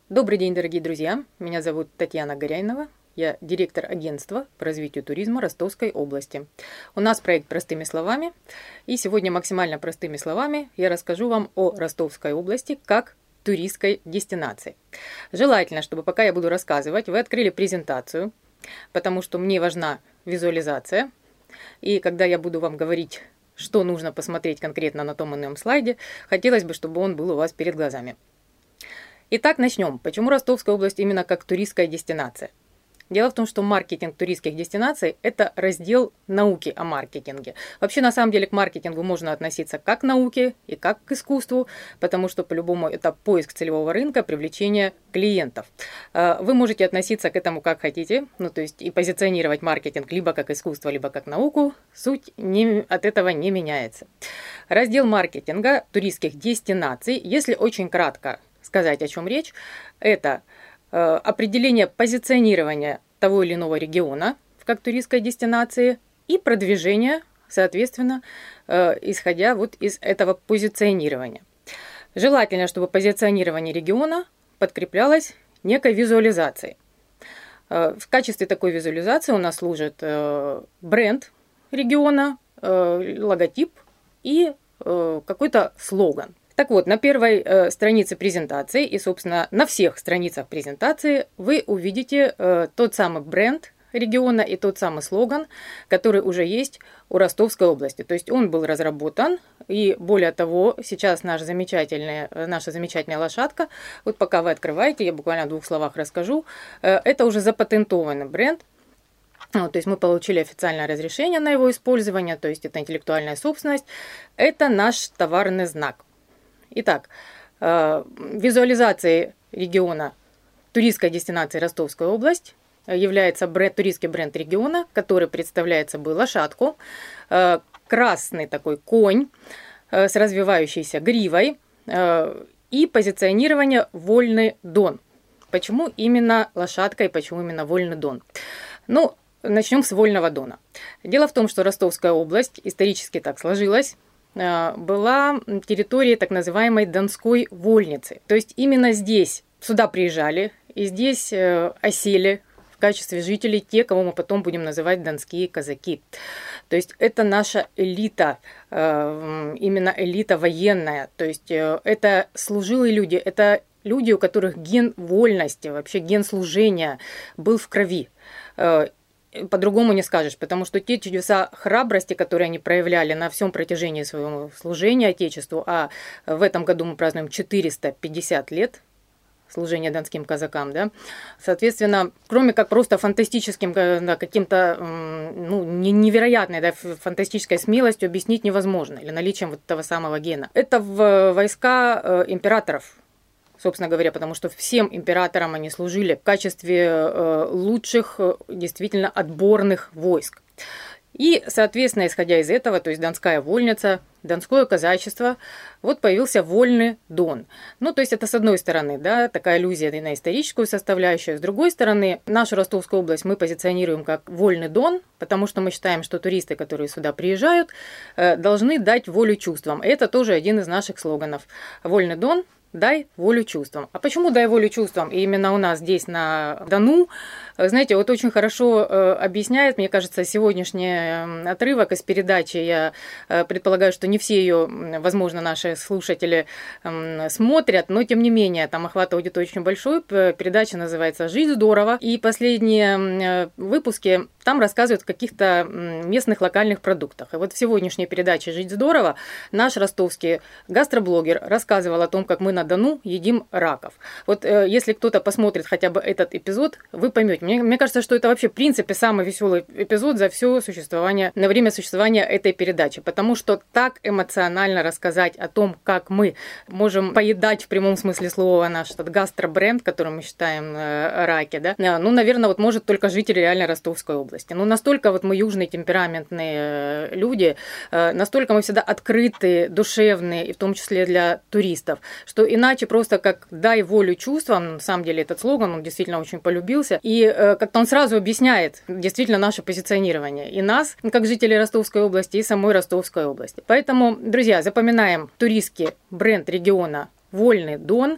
Добрый день, дорогие друзья! Меня зовут Татьяна Горяйнова. Я директор агентства по развитию туризма Ростовской области. У нас проект «Простыми словами». И сегодня максимально простыми словами я расскажу вам о Ростовской области как туристской дестинации. Желательно, чтобы пока я буду рассказывать, вы открыли презентацию, потому что мне важна визуализация. И когда я буду вам говорить, что нужно посмотреть конкретно на том или ином слайде, хотелось бы, чтобы он был у вас перед глазами. Итак, начнем. Почему Ростовская область именно как туристская дестинация? Дело в том, что маркетинг туристских дестинаций – это раздел науки о маркетинге. Вообще, на самом деле, к маркетингу можно относиться как к науке и как к искусству, потому что, по-любому, это поиск целевого рынка, привлечение клиентов. Вы можете относиться к этому как хотите, то есть и позиционировать маркетинг либо как искусство, либо как науку. Суть от этого не меняется. Раздел маркетинга туристских дестинаций, если очень кратко сказать, о чем речь, это определение позиционирования того или иного региона как туристской дестинации и продвижение, соответственно, исходя вот из этого позиционирования. Желательно, чтобы позиционирование региона подкреплялось некой визуализацией. В качестве такой визуализации у нас служит бренд региона, логотип и какой-то слоган. Так вот, на первой странице презентации и, собственно, на всех страницах презентации вы увидите тот самый бренд региона и тот самый слоган, который уже есть у Ростовской области. То есть он был разработан, и более того, сейчас наша замечательная лошадка, вот пока вы открываете, я буквально в 2 словах расскажу, это уже запатентованный бренд. То есть мы получили официальное разрешение на его использование, то есть это интеллектуальная собственность, это наш товарный знак. Итак, визуализацией региона туристской дестинации Ростовская область является туристский бренд региона, который представляет собой лошадку, красный такой конь с развивающейся гривой и позиционирование «Вольный Дон». Почему именно лошадка и почему именно «Вольный Дон»? Начнем с Вольного Дона. Дело в том, что Ростовская область исторически так сложилась, была территорией так называемой Донской вольницы. То есть именно здесь сюда приезжали и здесь осели в качестве жителей те, кого мы потом будем называть донские казаки. То есть это наша элита, именно элита военная. То есть это служилые люди, это люди, у которых ген вольности, вообще ген служения был в крови. По-другому не скажешь, потому что те чудеса храбрости, которые они проявляли на всем протяжении своего служения Отечеству, а в этом году мы празднуем 450 лет служения донским казакам, да, соответственно, кроме как просто фантастическим каким-то невероятной, да, фантастической смелостью объяснить невозможно, или наличием вот этого самого гена. Это в войска императоров, собственно говоря, потому что всем императорам они служили в качестве лучших, действительно отборных войск. И, соответственно, исходя из этого, то есть Донская вольница, Донское казачество, вот появился Вольный Дон. То есть это с одной стороны, да, такая аллюзия на историческую составляющую, с другой стороны, нашу Ростовскую область мы позиционируем как Вольный Дон, потому что мы считаем, что туристы, которые сюда приезжают, должны дать волю чувствам. И это тоже один из наших слоганов. Вольный Дон. Дай волю чувствам. А почему дай волю чувствам? И именно у нас здесь, на Дону, знаете, вот очень хорошо объясняет, мне кажется, сегодняшний отрывок из передачи. Я предполагаю, что не все ее, возможно, наши слушатели смотрят, но тем не менее, там охват аудитории очень большой. Передача называется «Жить здорово». И последние выпуски там рассказывают о каких-то местных локальных продуктах. И вот в сегодняшней передаче «Жить здорово» наш ростовский гастроблогер рассказывал о том, как мы на Дону едим раков. Вот если кто-то посмотрит хотя бы этот эпизод, вы поймете. Мне кажется, что это вообще в принципе самый веселый эпизод за все существование, на время существования этой передачи, потому что так эмоционально рассказать о том, как мы можем поедать в прямом смысле слова наш этот гастробренд, который мы считаем раки, да, наверное, вот может только жители реально Ростовской области. Настолько вот мы южные темпераментные люди, настолько мы всегда открытые, душевные, и в том числе для туристов, что иначе просто как «дай волю чувствам», на самом деле этот слоган, он действительно очень полюбился, и как-то он сразу объясняет действительно наше позиционирование и нас, как жителей Ростовской области, и самой Ростовской области. Поэтому, друзья, запоминаем туристский бренд региона «Вольный Дон»,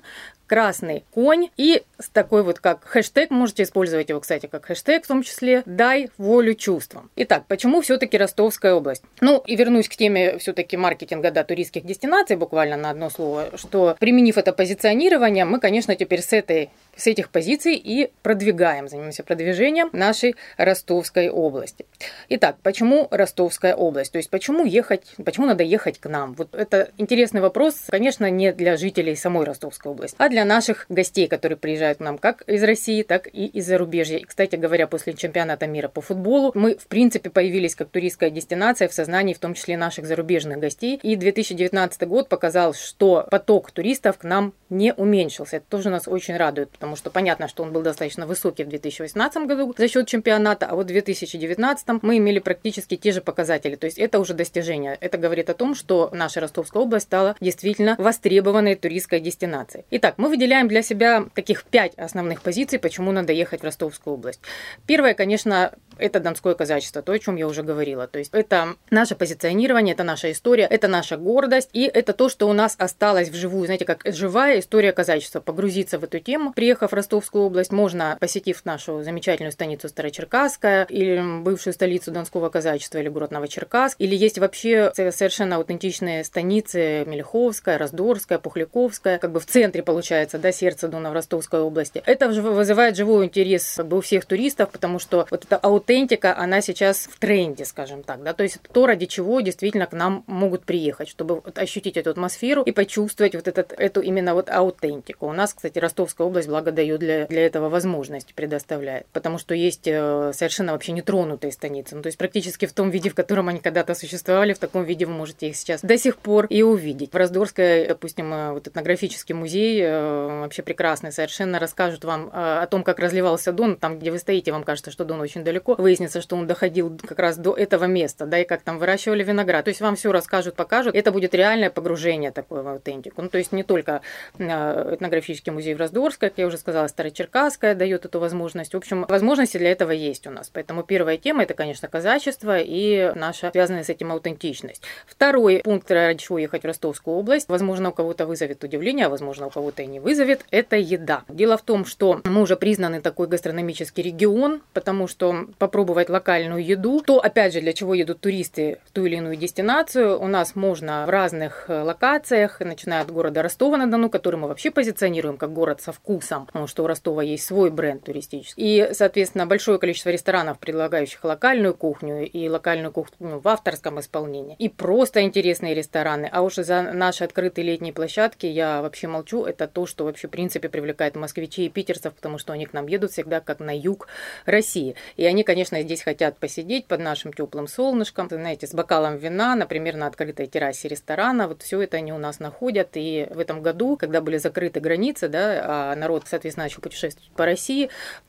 красный конь и с такой вот как хэштег, можете использовать его, кстати, как хэштег в том числе, «Дай волю чувствам». Итак, почему все-таки Ростовская область? Ну, и вернусь к теме все-таки маркетинга, да, туристских дестинаций, буквально на одно слово, что применив это позиционирование, мы, конечно, теперь с этих позиций и занимаемся продвижением нашей Ростовской области. Итак, почему Ростовская область? То есть почему надо ехать к нам? Вот это интересный вопрос, конечно, не для жителей самой Ростовской области, а для наших гостей, которые приезжают к нам как из России, так и из зарубежья. И, кстати говоря, после чемпионата мира по футболу мы, в принципе, появились как туристская дестинация в сознании, в том числе наших зарубежных гостей. И 2019 год показал, что поток туристов к нам не уменьшился. Это тоже нас очень радует, потому что понятно, что он был достаточно высокий в 2018 году за счет чемпионата, а вот в 2019 мы имели практически те же показатели. То есть это уже достижение. Это говорит о том, что наша Ростовская область стала действительно востребованной туристской дестинацией. Итак, мы выделяем для себя таких 5 основных позиций, почему надо ехать в Ростовскую область. Первое, конечно, это донское казачество, то, о чем я уже говорила. То есть это наше позиционирование, это наша история, это наша гордость, и это то, что у нас осталось вживую, знаете, как живая история казачества. Погрузиться в эту тему. Приехав в Ростовскую область, можно, посетив нашу замечательную станицу Старочеркасская, или бывшую столицу донского казачества, или город Новочеркасск, или есть вообще совершенно аутентичные станицы Мелеховская, Раздорская, Пухляковская, как бы в центре, получается, да, сердце Дона в Ростовской области. Это вызывает живой интерес как бы у всех туристов, потому что вот эта аутентика, она сейчас в тренде, скажем так, да, то есть это то, ради чего действительно к нам могут приехать, чтобы вот ощутить эту атмосферу и почувствовать вот эту именно вот аутентику. У нас, кстати, Ростовская область, благо, дает для этого возможность, предоставляет, потому что есть совершенно вообще нетронутые станицы, ну, то есть практически в том виде, в котором они когда-то существовали, в таком виде вы можете их сейчас до сих пор и увидеть. В Раздорской, допустим, вот этнографический музей, вообще прекрасный, совершенно расскажут вам о том, как разливался Дон, там, где вы стоите, вам кажется, что Дон очень далеко, выяснится, что он доходил как раз до этого места, да, и как там выращивали виноград, то есть вам все расскажут, покажут, это будет реальное погружение такое в аутентику, ну, то есть не только этнографический музей в Раздорской, как я уже сказала, Старочеркасская дает эту возможность, в общем, возможности для этого есть у нас, поэтому первая тема, это, конечно, казачество и наша связанная с этим аутентичность. Второй пункт, ради чего ехать в Ростовскую область, возможно, у кого-то вызовет удивление, а возможно, у кого-то и не вызовет, это еда. Дело в том, что мы уже признаны такой гастрономический регион, потому что попробовать локальную еду, то, опять же, для чего едут туристы в ту или иную дестинацию, у нас можно в разных локациях, начиная от города Ростова-на-Дону, который мы вообще позиционируем как город со вкусом, потому что у Ростова есть свой бренд туристический. И, соответственно, большое количество ресторанов, предлагающих локальную кухню и локальную кухню в авторском исполнении. И просто интересные рестораны. А уж за наши открытые летние площадки я вообще молчу. Это то, что вообще, в принципе, привлекает москвичей и питерцев, потому что они к нам едут всегда как на юг России. И они, конечно, здесь хотят посидеть под нашим теплым солнышком, знаете, с бокалом вина, например, на открытой террасе ресторана. Вот все это они у нас находят. И в этом году, когда были закрыты границы, да, а народ, соответственно, начал путешествовать по России,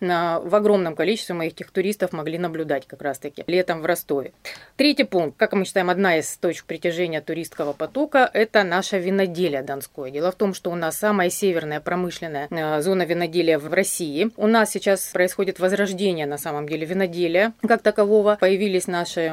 в огромном количестве мы этих туристов могли наблюдать как раз-таки летом в Ростове. Третий пункт, как мы считаем, одна из точек притяжения туристского потока, это наше виноделие донское. Дело в том, что у нас самая северная промышленная зона виноделия в России. У нас сейчас происходит возрождение, на самом деле, виноделия как такового. Появились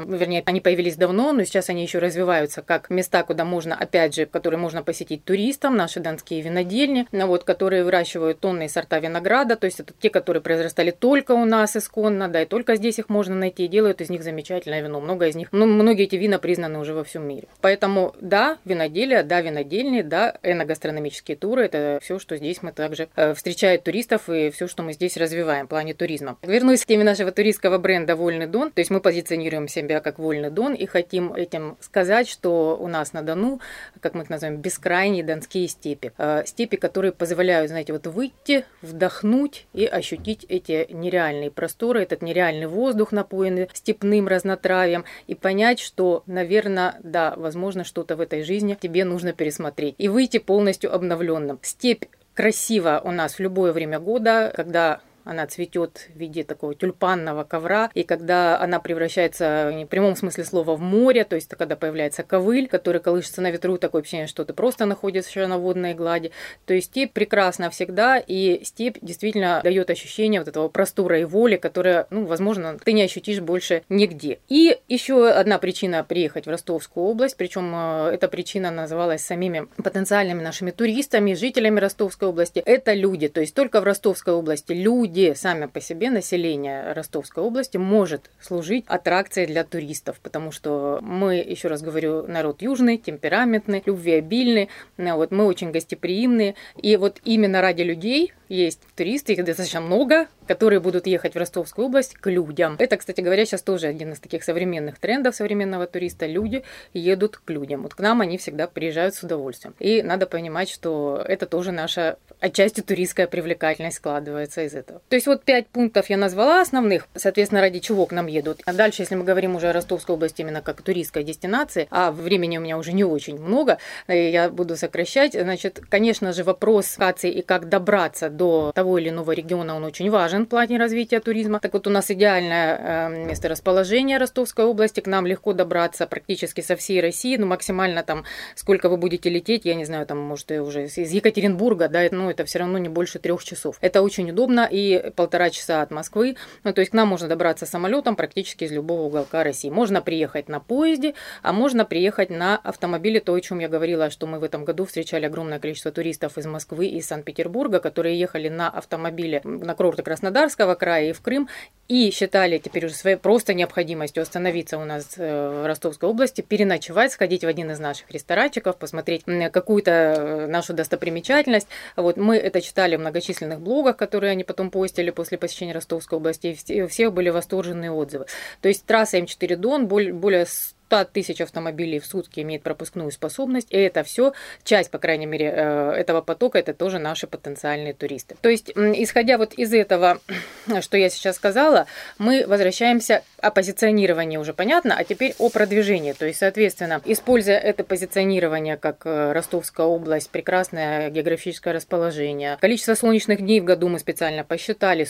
они появились давно, но сейчас они еще развиваются как места, куда можно, опять же, которые можно посетить туристам, наши донские винодельни, которые выращивают тонные сорта винограда, то есть это те, которые произрастали только у нас исконно, да, и только здесь их можно найти, и делают из них замечательное вино. Многие эти вина признаны уже во всем мире. Поэтому, да, виноделие, да, винодельни, да, эногастрономические туры, это все, что здесь мы также встречают туристов, и все, что мы здесь развиваем в плане туризма. Вернусь к теме нашего туристского бренда «Вольный Дон», то есть мы позиционируем себя как «Вольный Дон» и хотим этим сказать, что у нас на Дону, как мы их называем, бескрайние донские степи. Степи, которые позволяют, знаете, вот выйти, вдохнуть и ощутить эти нереальные просторы, этот нереальный воздух, напоенный степным разнотравьем, и понять, что, наверное, да, возможно, что-то в этой жизни тебе нужно пересмотреть и выйти полностью обновленным. Степь красива у нас в любое время года, когда она цветет в виде такого тюльпанного ковра, и когда она превращается в прямом смысле слова в море, то есть когда появляется ковыль, который колышется на ветру, такое ощущение, что ты просто находишься на водной глади. То есть степь прекрасна всегда, и степь действительно дает ощущение вот этого простора и воли, которое, возможно, ты не ощутишь больше нигде. И еще одна причина приехать в Ростовскую область, причем эта причина называлась самими потенциальными нашими туристами, жителями Ростовской области. Это люди, то есть только в Ростовской области люди сами по себе, население Ростовской области может служить аттракцией для туристов, потому что мы, еще раз говорю, народ южный, темпераментный, любвеобильный, вот мы очень гостеприимные, и вот именно ради людей есть туристы, их достаточно много, которые будут ехать в Ростовскую область к людям. Это, кстати говоря, сейчас тоже один из таких современных трендов современного туриста. Люди едут к людям. Вот к нам они всегда приезжают с удовольствием. И надо понимать, что это тоже наша отчасти туристская привлекательность складывается из этого. То есть вот 5 пунктов я назвала основных, соответственно, ради чего к нам едут. А дальше, если мы говорим уже о Ростовской области именно как туристской дестинации, а времени у меня уже не очень много, я буду сокращать, значит, конечно же, вопрос локации и как добраться до того или иного региона, он очень важен в плане развития туризма. Так вот, у нас идеальное месторасположение Ростовской области, к нам легко добраться практически со всей России, максимально там, сколько вы будете лететь, я не знаю, там, может, уже из Екатеринбурга, да, это все равно не больше 3 часов. Это очень удобно, и 1,5 часа от Москвы, то есть к нам можно добраться самолетом практически из любого уголка России. Можно приехать на поезде, а можно приехать на автомобиле, то, о чем я говорила, что мы в этом году встречали огромное количество туристов из Москвы и Санкт-Петербурга, которые ехали на автомобиле на курорты Краснодарского края и в Крым, и считали теперь уже своей просто необходимостью остановиться у нас в Ростовской области, переночевать, сходить в один из наших ресторанчиков, посмотреть какую-то нашу достопримечательность. Вот мы это читали в многочисленных блогах, которые они потом постили после посещения Ростовской области, и у всех были восторженные отзывы. То есть трасса М4 Дон более 100 тысяч автомобилей в сутки имеет пропускную способность, и это все, часть, по крайней мере, этого потока, это тоже наши потенциальные туристы. То есть, исходя вот из этого, что я сейчас сказала, мы возвращаемся о позиционировании, уже понятно, а теперь о продвижении. То есть, соответственно, используя это позиционирование, как Ростовская область, прекрасное географическое расположение, количество солнечных дней в году мы специально посчитали,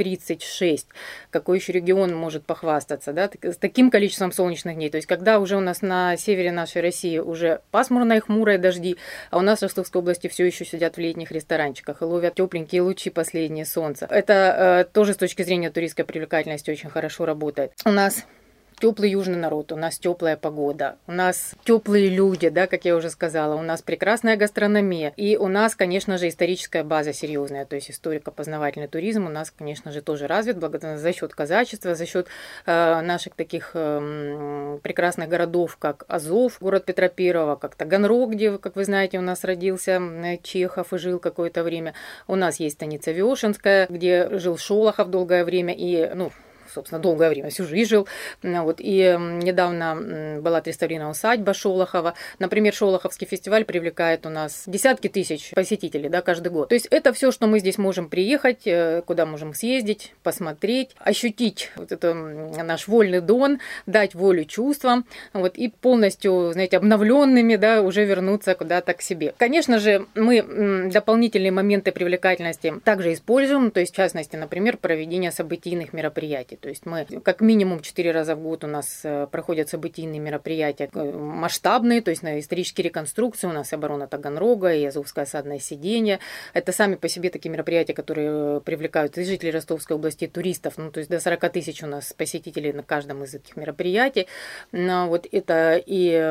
136. Какой еще регион может похвастаться, да, с таким количеством солнечных дней? То есть, когда уже у нас на севере нашей России уже пасмурно и хмурые дожди, а у нас в Ростовской области все еще сидят в летних ресторанчиках и ловят тепленькие лучи последние солнца. Это тоже с точки зрения туристской привлекательности очень хорошо работает. У нас теплый южный народ, у нас теплая погода, у нас теплые люди, да, как я уже сказала, у нас прекрасная гастрономия, и у нас, конечно же, историческая база серьезная, то есть историко-познавательный туризм у нас, конечно же, тоже развит за счет казачества, за счет наших таких прекрасных городов, как Азов, город Петра Первого, как Таганрог, где, как вы знаете, у нас родился Чехов и жил какое-то время. У нас есть станица Вешенская, где жил Шолохов долгое время, и, собственно, долгое время, всю жизнь жил. Вот. И недавно была отреставрирована усадьба Шолохова. Например, Шолоховский фестиваль привлекает у нас десятки тысяч посетителей, да, каждый год. То есть это все, что мы здесь можем приехать, куда можем съездить, посмотреть, ощутить вот это наш вольный Дон, дать волю чувствам, вот, и полностью, знаете, обновленными, да, уже вернуться куда-то к себе. Конечно же, мы дополнительные моменты привлекательности также используем, то есть, в частности, например, проведение событийных мероприятий. То есть мы как минимум 4 раза в год у нас проходят событийные мероприятия масштабные, то есть на исторические реконструкции у нас и оборона Таганрога, и Азовское осадное сиденье. Это сами по себе такие мероприятия, которые привлекают и жителей Ростовской области, и туристов. То есть до 40 тысяч у нас посетителей на каждом из этих мероприятий. Вот это и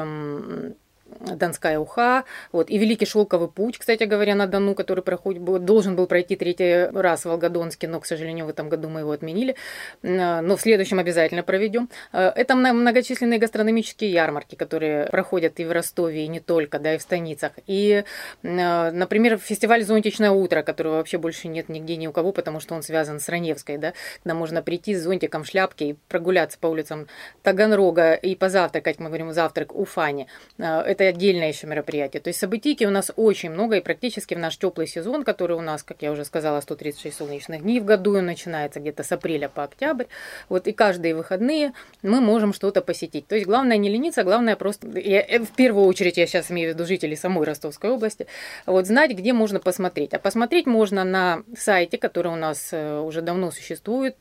Донская уха, вот, и Великий Шелковый путь, кстати говоря, на Дону, который должен был пройти 3-й раз в Волгодонске, но, к сожалению, в этом году мы его отменили, но в следующем обязательно проведем. Это многочисленные гастрономические ярмарки, которые проходят и в Ростове, и не только, да, и в станицах. И, например, фестиваль «Зонтичное утро», которого вообще больше нет нигде ни у кого, потому что он связан с Раневской, да, когда можно прийти с зонтиком, шляпке и прогуляться по улицам Таганрога и позавтракать, мы говорим, завтрак у Фани. это отдельное еще мероприятие. То есть событийки у нас очень много, и практически в наш теплый сезон, который у нас, как я уже сказала, 136 солнечных дней в году, и он начинается где-то с апреля по октябрь. Вот и каждые выходные мы можем что-то посетить. То есть главное не лениться, главное просто, в первую очередь я сейчас имею в виду жителей самой Ростовской области, вот знать, где можно посмотреть. А посмотреть можно на сайте, который у нас уже давно существует,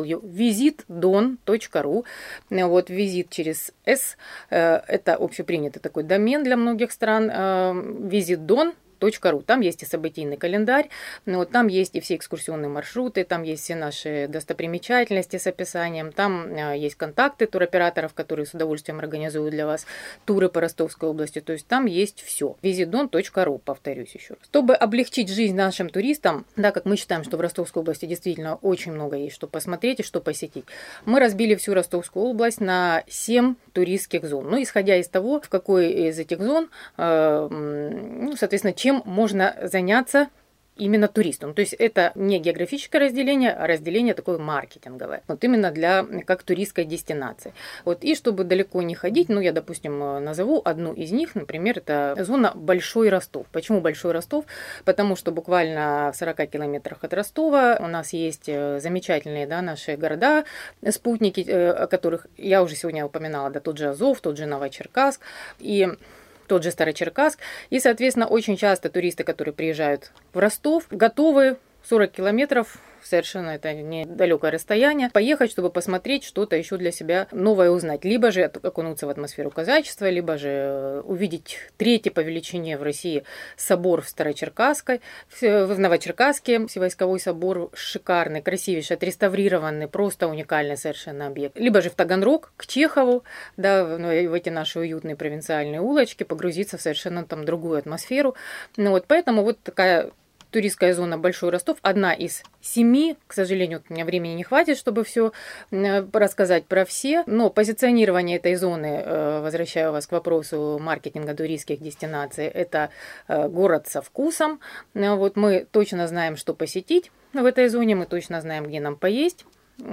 www.visitdon.ru. Вот визит через S, это общепринятый такой домен для многих стран, visitdon.ru. Там есть и событийный календарь, вот, там есть и все экскурсионные маршруты, там есть все наши достопримечательности с описанием, там есть контакты туроператоров, которые с удовольствием организуют для вас туры по Ростовской области, то есть там есть все. visitdon.ru, повторюсь еще раз. Чтобы облегчить жизнь нашим туристам, да, как мы считаем, что в Ростовской области действительно очень много есть что посмотреть и что посетить, мы разбили всю Ростовскую область на 7 туристских зон. Ну, исходя из того, в какой из этих зон, соответственно, чем можно заняться именно туристам. То есть это не географическое разделение, а разделение такое маркетинговое. Вот именно для как туристской дестинации. Вот, и чтобы далеко не ходить, ну, я, допустим, назову одну из них, например, это зона Большой Ростов. Почему Большой Ростов? Потому что буквально в 40 километрах от Ростова у нас есть замечательные, да, наши города, спутники, о которых я уже сегодня упоминала, да, тот же Азов, тот же Новочеркасск и тот же Старочеркасск. И, соответственно, очень часто туристы, которые приезжают в Ростов, готовы 40 километров, совершенно это недалекое расстояние, поехать, чтобы посмотреть что-то еще для себя новое узнать. Либо же окунуться в атмосферу казачества, либо же увидеть третий по величине в России собор в Старочеркасской, в Новочеркасске, Всевойсковой собор шикарный, красивейший, отреставрированный, просто уникальный совершенно объект. Либо же в Таганрог, к Чехову, да, в эти наши уютные провинциальные улочки, погрузиться в совершенно там другую атмосферу. Ну, вот поэтому вот такая туристская зона Большой Ростов, одна из 7. К сожалению, у меня времени не хватит, чтобы все рассказать про все. Но позиционирование этой зоны, возвращаю вас к вопросу маркетинга туристских дестинаций, это город со вкусом. Вот мы точно знаем, что посетить в этой зоне, мы точно знаем, где нам поесть.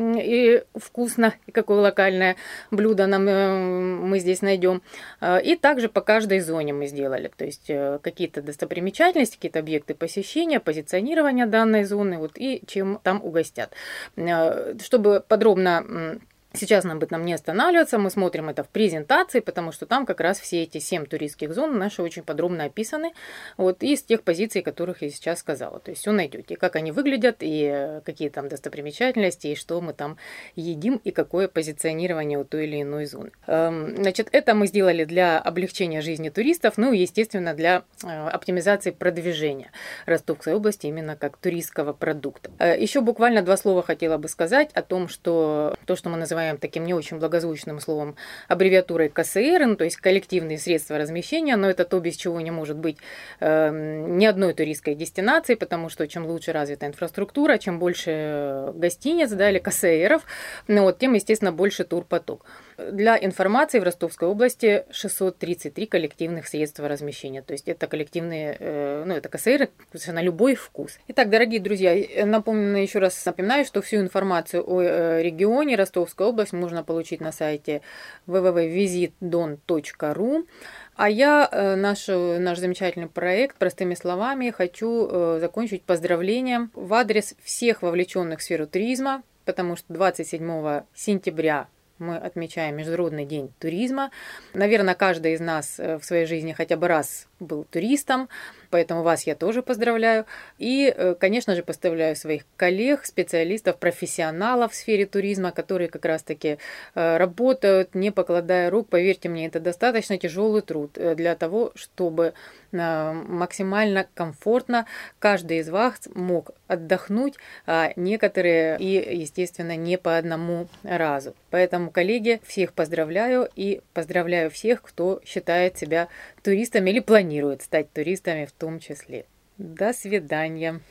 И вкусно, и какое локальное блюдо мы здесь найдем. И также по каждой зоне мы сделали. То есть какие-то достопримечательности, какие-то объекты посещения, позиционирование данной зоны, вот, и чем там угостят. Чтобы подробно сейчас нам об этом не останавливаться, мы смотрим это в презентации, потому что там как раз все эти 7 туристских зон наши очень подробно описаны, вот, из тех позиций, которых я сейчас сказала. То есть все найдете, как они выглядят, и какие там достопримечательности, и что мы там едим, и какое позиционирование у той или иной зоны. Значит, это мы сделали для облегчения жизни туристов, ну и, естественно, для оптимизации продвижения Ростовской области именно как туристского продукта. Еще буквально 2 слова хотела бы сказать о том, что то, что мы называем таким не очень благозвучным словом, аббревиатурой КСР, ну, то есть коллективные средства размещения, но это то, без чего не может быть ни одной туристской дестинации, потому что чем лучше развита инфраструктура, чем больше гостиниц, да, или КСРов, ну, вот, тем, естественно, больше турпоток. Для информации, в Ростовской области 633 коллективных средства размещения, то есть это коллективные, ну, это КСР на любой вкус. Итак, дорогие друзья, еще раз напоминаю, что всю информацию о регионе Ростовской области можно получить на сайте www.visitdon.ru. А я наш замечательный проект простыми словами хочу закончить поздравлением в адрес всех вовлеченных в сферу туризма, потому что 27 сентября мы отмечаем Международный день туризма. Наверное, каждый из нас в своей жизни хотя бы раз был туристом, поэтому вас я тоже поздравляю. И, конечно же, поздравляю своих коллег, специалистов, профессионалов в сфере туризма, которые как раз-таки работают, не покладая рук. Поверьте мне, это достаточно тяжелый труд для того, чтобы максимально комфортно каждый из вас мог отдохнуть, а некоторые и, естественно, не по одному разу. Поэтому, коллеги, всех поздравляю и поздравляю всех, кто считает себя туристами или планирует стать туристами в том числе. До свидания.